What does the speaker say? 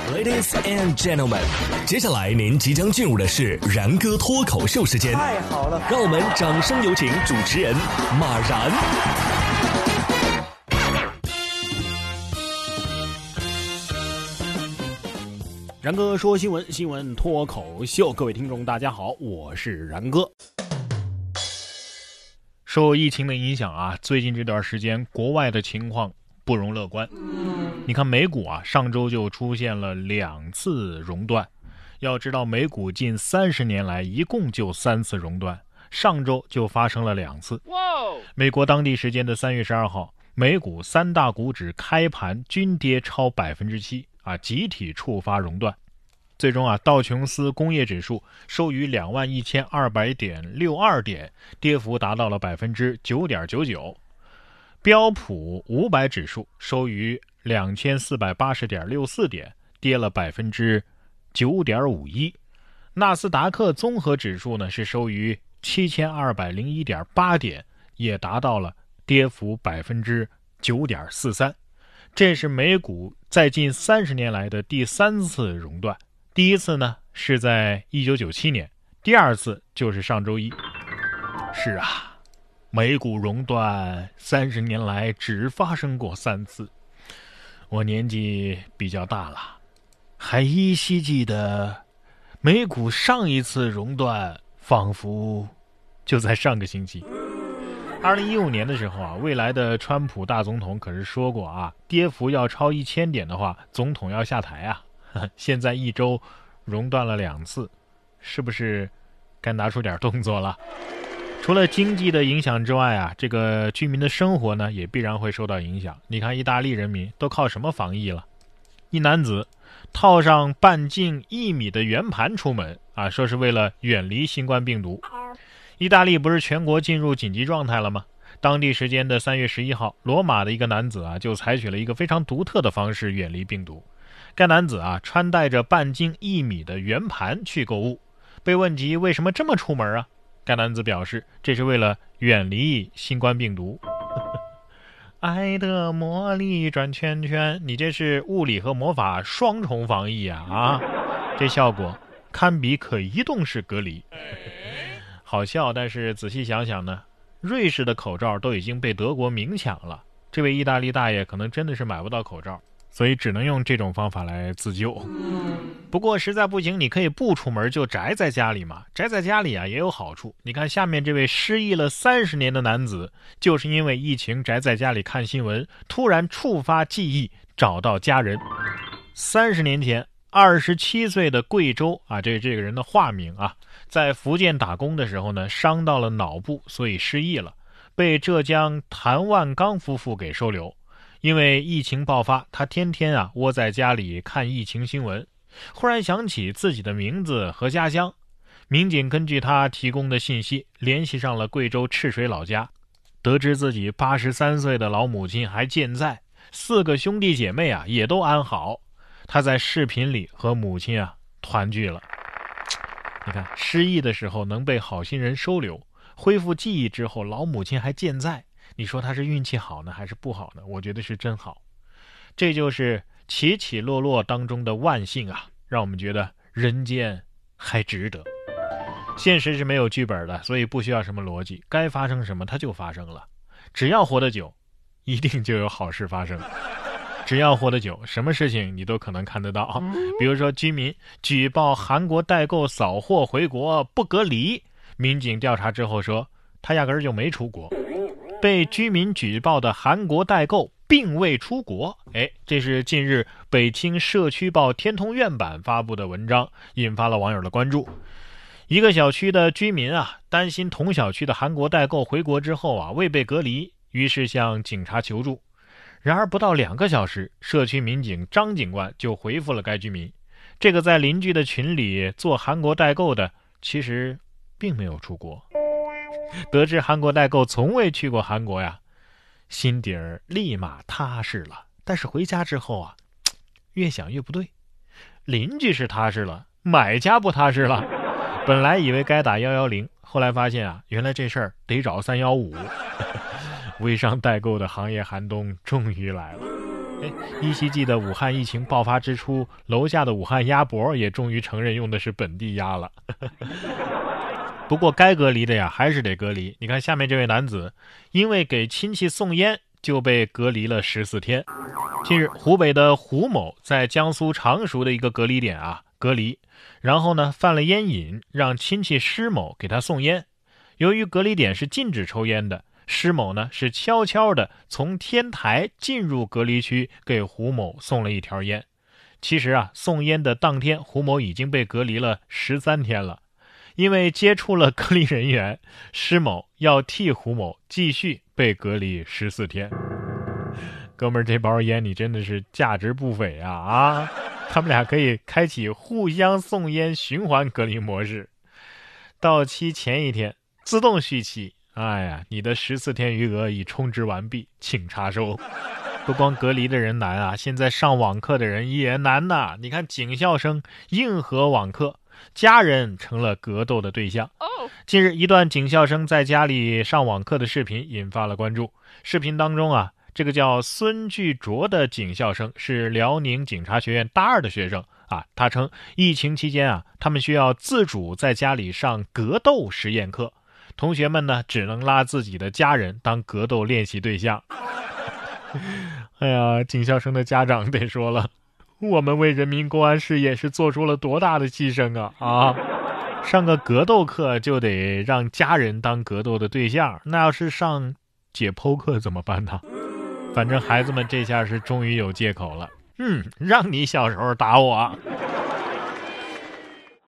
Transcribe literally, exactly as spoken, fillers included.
Ladies and gentlemen， 接下来您即将进入的是然哥脱口秀时间。 太好了， 让我们掌声有请主持人马然。 然哥说新闻，新闻脱口秀，各位听众大家好，我是然哥。受疫情的影响啊，最近这段时间国外的情况不容乐观。你看美股啊，上周就出现了两次熔断。要知道美股近三十年来一共就三次熔断，上周就发生了两次。美国当地时间的三月十二号，美股三大股指开盘均跌超百分之七啊，集体触发熔断。最终啊，道琼斯工业指数收于两万一千二百点六二点，跌幅达到了百分之九点九九。标普五百指数收于两千四百八十点六四点，跌了百分之九点五一。纳斯达克综合指数呢是收于七千二百零一点八点，也达到了跌幅百分之九点四三。这是美股在近三十年来的第三次熔断。第一次呢是在一九九七年，第二次就是上周一。是啊，美股熔断三十年来只发生过三次。我年纪比较大了，还依稀记得美股上一次熔断仿佛就在上个星期。二零一五年的时候啊，未来的川普大总统可是说过啊，跌幅要超一千点的话，总统要下台啊。现在一周熔断了两次，是不是该拿出点动作了？除了经济的影响之外啊，这个居民的生活呢也必然会受到影响。你看意大利人民都靠什么防疫了？一男子套上半径一米的圆盘出门啊，说是为了远离新冠病毒。意大利不是全国进入紧急状态了吗？当地时间的三月十一号，罗马的一个男子啊就采取了一个非常独特的方式远离病毒。该男子啊穿戴着半径一米的圆盘去购物，被问及为什么这么出门啊，该男子表示这是为了远离新冠病毒。爱的魔力转圈圈，你这是物理和魔法双重防疫啊啊！这效果堪比可移动式隔离。好笑，但是仔细想想呢，瑞士的口罩都已经被德国明抢了，这位意大利大爷可能真的是买不到口罩，所以只能用这种方法来自救。不过实在不行，你可以不出门就宅在家里嘛。宅在家里啊也有好处。你看下面这位失忆了三十年的男子，就是因为疫情宅在家里看新闻，突然触发记忆，找到家人。三十年前，二十七岁的贵州啊，这这个人的化名啊，在福建打工的时候呢，伤到了脑部，所以失忆了，被浙江谭万刚夫妇给收留。因为疫情爆发，他天天啊窝在家里看疫情新闻，忽然想起自己的名字和家乡。民警根据他提供的信息联系上了贵州赤水老家，得知自己八十三岁的老母亲还健在，四个兄弟姐妹啊也都安好。他在视频里和母亲啊团聚了。你看，失忆的时候能被好心人收留，恢复记忆之后老母亲还健在，你说他是运气好呢还是不好呢？我觉得是真好。这就是起起落落当中的万幸啊，让我们觉得人间还值得。现实是没有剧本的，所以不需要什么逻辑，该发生什么它就发生了。只要活得久，一定就有好事发生。只要活得久，什么事情你都可能看得到。比如说居民举报韩国代购扫货回国不隔离，民警调查之后说他压根儿就没出国。被居民举报的韩国代购并未出国，哎，这是近日北京社区报天通苑版发布的文章，引发了网友的关注。一个小区的居民啊，担心同小区的韩国代购回国之后啊未被隔离，于是向警察求助。然而不到两个小时，社区民警张警官就回复了该居民，这个在邻居的群里做韩国代购的其实并没有出国。得知韩国代购从未去过韩国呀，心底儿立马踏实了。但是回家之后啊，越想越不对，邻居是踏实了，买家不踏实了。本来以为该打一一零，后来发现啊，原来这事儿得找三一五。微商代购的行业寒冬终于来了。 哎，依稀记得武汉疫情爆发之初，楼下的武汉鸭脖也终于承认用的是本地鸭了。不过该隔离的呀，还是得隔离。你看下面这位男子，因为给亲戚送烟，就被隔离了十四天。近日，湖北的胡某在江苏常熟的一个隔离点啊隔离，然后呢犯了烟瘾，让亲戚施某给他送烟。由于隔离点是禁止抽烟的，施某呢是悄悄的从天台进入隔离区，给胡某送了一条烟。其实啊，送烟的当天，胡某已经被隔离了十三天了。因为接触了隔离人员，施某要替胡某继续被隔离十四天。哥们儿，这包烟你真的是价值不菲啊啊！他们俩可以开启互相送烟循环隔离模式。到期前一天自动续期，哎呀，你的十四天余额已充值完毕，请查收。不光隔离的人难啊，现在上网课的人也难呐。你看警校生硬核网课，家人成了格斗的对象。近日，一段警校生在家里上网课的视频引发了关注。视频当中啊，这个叫孙巨卓的警校生是辽宁警察学院大二的学生啊。他称，疫情期间啊，他们需要自主在家里上格斗实验课，同学们呢只能拉自己的家人当格斗练习对象。哎呀，警校生的家长得说了，我们为人民公安事业是做出了多大的牺牲啊啊！上个格斗课就得让家人当格斗的对象，那要是上解剖课怎么办呢？反正孩子们这下是终于有借口了。嗯，让你小时候打我。